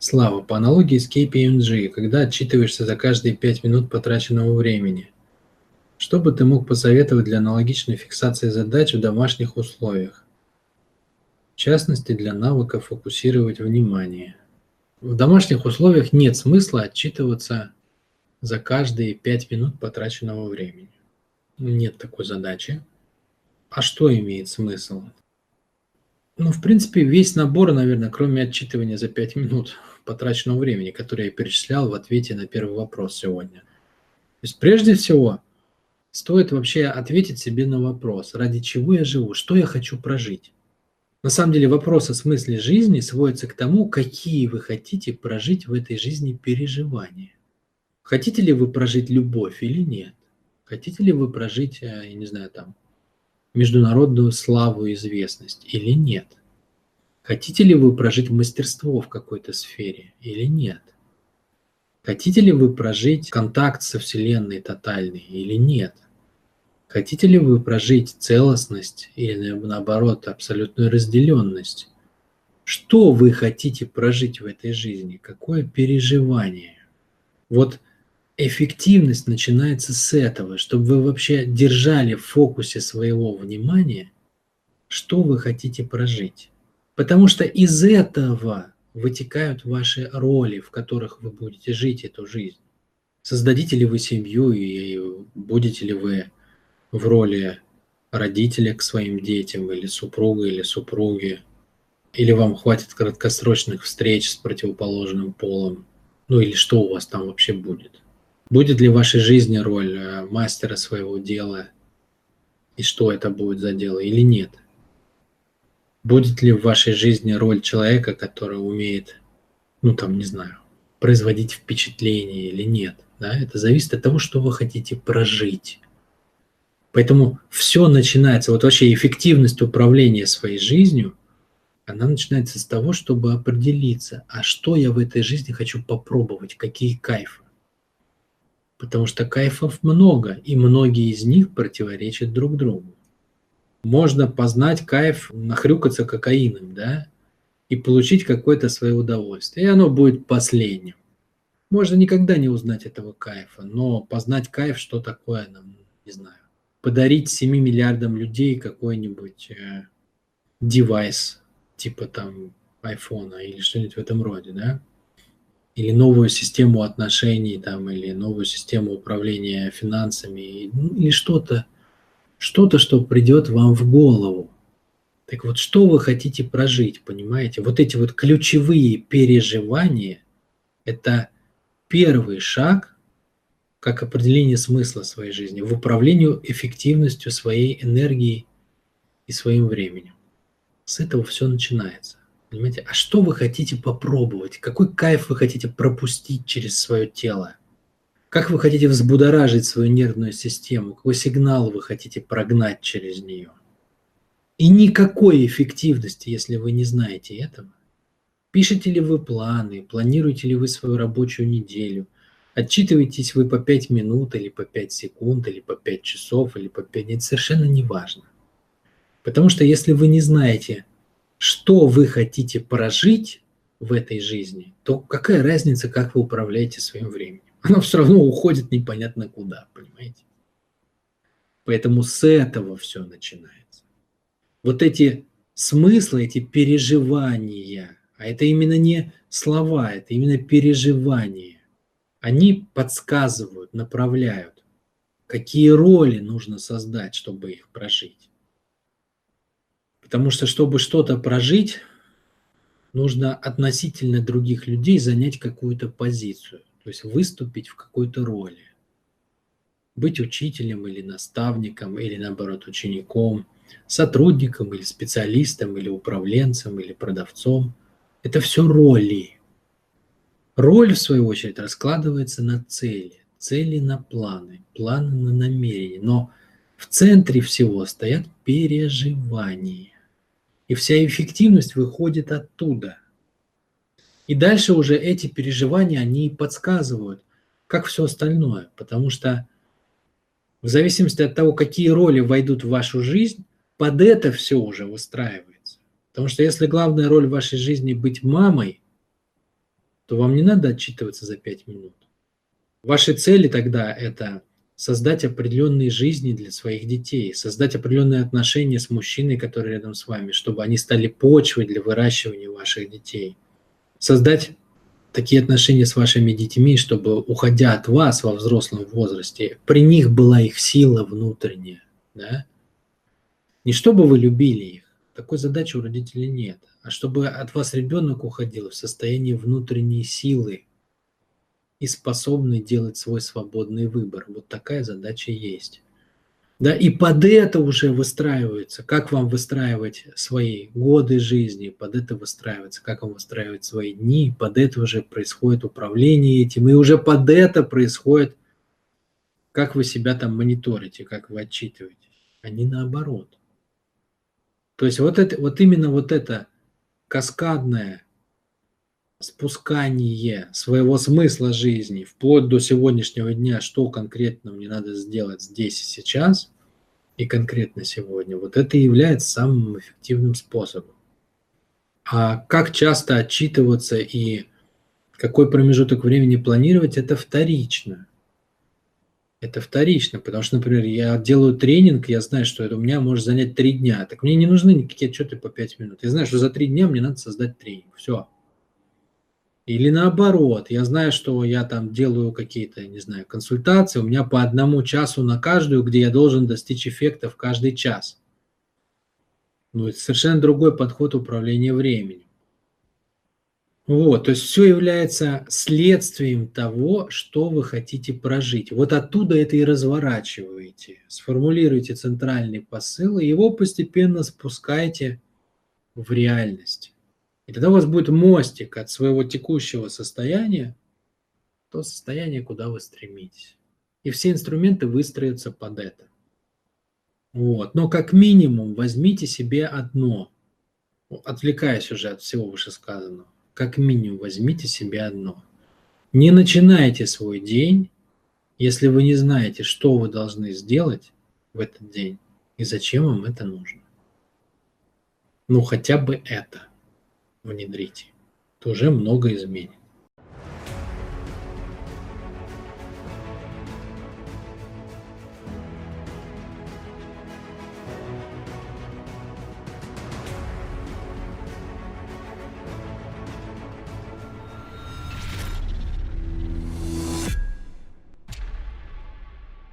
Слава, по аналогии с KPMG, когда отчитываешься за каждые 5 минут потраченного времени. Что бы ты мог посоветовать для аналогичной фиксации задач в домашних условиях? В частности, для навыка фокусировать внимание. В домашних условиях нет смысла отчитываться за каждые 5 минут потраченного времени. Нет такой задачи. А что имеет смысл? Ну, в принципе, весь набор, наверное, кроме отчитывания за 5 минут потраченного времени, который я перечислял в ответе на первый вопрос сегодня. То есть, прежде всего, стоит вообще ответить себе на вопрос, ради чего я живу, что я хочу прожить. На самом деле вопрос о смысле жизни сводится к тому, какие вы хотите прожить в этой жизни переживания. Хотите ли вы прожить любовь или нет? Хотите ли вы прожить, я не знаю, там, международную славу и известность или нет? Хотите ли вы прожить мастерство в какой-то сфере или нет? Хотите ли вы прожить контакт со Вселенной тотальный или нет? Хотите ли вы прожить целостность или наоборот абсолютную разделенность? Что вы хотите прожить в этой жизни? Какое переживание? Вот эффективность начинается с этого, чтобы вы вообще держали в фокусе своего внимания, что вы хотите прожить. Потому что из этого вытекают ваши роли, в которых вы будете жить эту жизнь. Создадите ли вы семью и будете ли вы в роли родителя к своим детям, или супруга, или супруги, или вам хватит краткосрочных встреч с противоположным полом, ну или что у вас там вообще будет. Будет ли в вашей жизни роль мастера своего дела, и что это будет за дело, или нет. Будет ли в вашей жизни роль человека, который умеет, ну там, не знаю, производить впечатление или нет. Да? Это зависит от того, что вы хотите прожить. Поэтому все начинается, вот вообще эффективность управления своей жизнью, она начинается с того, чтобы определиться, а что я в этой жизни хочу попробовать, какие кайфы. Потому что кайфов много, и многие из них противоречат друг другу. Можно познать кайф, нахрюкаться кокаином, да, и получить какое-то свое удовольствие, и оно будет последним. Можно никогда не узнать этого кайфа, но познать кайф, что такое, нам, не знаю, подарить 7 миллиардам людей какой-нибудь девайс, типа там айфона или что-нибудь в этом роде, да? Или новую систему отношений, там, или новую систему управления финансами, ну, или что-то, что придет вам в голову. Так вот, что вы хотите прожить, понимаете? Вот эти вот ключевые переживания – это первый шаг, как определение смысла своей жизни, в управлении эффективностью своей энергии и своим временем. С этого все начинается. Понимаете? А что вы хотите попробовать? Какой кайф вы хотите пропустить через свое тело? Как вы хотите взбудоражить свою нервную систему? Какой сигнал вы хотите прогнать через нее? И никакой эффективности, если вы не знаете этого. Пишете ли вы планы, планируете ли вы свою рабочую неделю, отчитываетесь вы по 5 минут, или по 5 секунд, или по 5 часов, или по 5 дней, совершенно не важно. Потому что если вы не знаете, что вы хотите прожить в этой жизни, то какая разница, как вы управляете своим временем? Оно все равно уходит непонятно куда, понимаете? Поэтому с этого все начинается. Вот эти смыслы, эти переживания, а это именно не слова, это именно переживания, они подсказывают, направляют, какие роли нужно создать, чтобы их прожить. Потому что, чтобы что-то прожить, нужно относительно других людей занять какую-то позицию, то есть выступить в какой-то роли. Быть учителем или наставником, или наоборот учеником, сотрудником или специалистом, или управленцем, или продавцом. Это все роли. Роль, в свою очередь, раскладывается на цели. Цели на планы, планы на намерения. Но в центре всего стоят переживания. И вся эффективность выходит оттуда. И дальше уже эти переживания, они подсказывают, как все остальное. Потому что в зависимости от того, какие роли войдут в вашу жизнь, под это все уже выстраивается. Потому что если главная роль в вашей жизни быть мамой, то вам не надо отчитываться за 5 минут. Ваши цели тогда – это создать определенные жизни для своих детей, создать определенные отношения с мужчиной, который рядом с вами, чтобы они стали почвой для выращивания ваших детей. Создать такие отношения с вашими детьми, чтобы, уходя от вас во взрослом возрасте, при них была их сила внутренняя. Да? Не чтобы вы любили их, такой задачи у родителей нет, а чтобы от вас ребенок уходил в состоянии внутренней силы и способный делать свой свободный выбор. Вот такая задача есть. Да, и под это уже выстраивается, как вам выстраивать свои годы жизни, под это выстраивается, как вам выстраивать свои дни, под это уже происходит управление этим, и уже под это происходит, как вы себя там мониторите, как вы отчитываете, а не наоборот. То есть вот именно вот это каскадное спускание своего смысла жизни вплоть до сегодняшнего дня, что конкретно мне надо сделать здесь и сейчас, и конкретно сегодня, вот это и является самым эффективным способом. А как часто отчитываться и какой промежуток времени планировать, это вторично. Это вторично, потому что, например, я делаю тренинг, я знаю, что это у меня может занять 3 дня. Так мне не нужны никакие отчеты по 5 минут. Я знаю, что за 3 дня мне надо создать тренинг. Все. Или наоборот, я знаю, что я там делаю какие-то, не знаю, консультации, у меня по 1 часу на каждую, где я должен достичь эффекта в каждый час. Ну, это совершенно другой подход управления временем. Вот, то есть все является следствием того, что вы хотите прожить. Вот оттуда это и разворачиваете. Сформулируйте центральный посыл, и его постепенно спускайте в реальность. И тогда у вас будет мостик от своего текущего состояния, то состояние, куда вы стремитесь. И все инструменты выстроятся под это. Вот. Но как минимум возьмите себе одно, отвлекаясь уже от всего вышесказанного, как минимум возьмите себе одно. Не начинайте свой день, если вы не знаете, что вы должны сделать в этот день и зачем вам это нужно. Ну хотя бы это внедрите, то уже много изменит.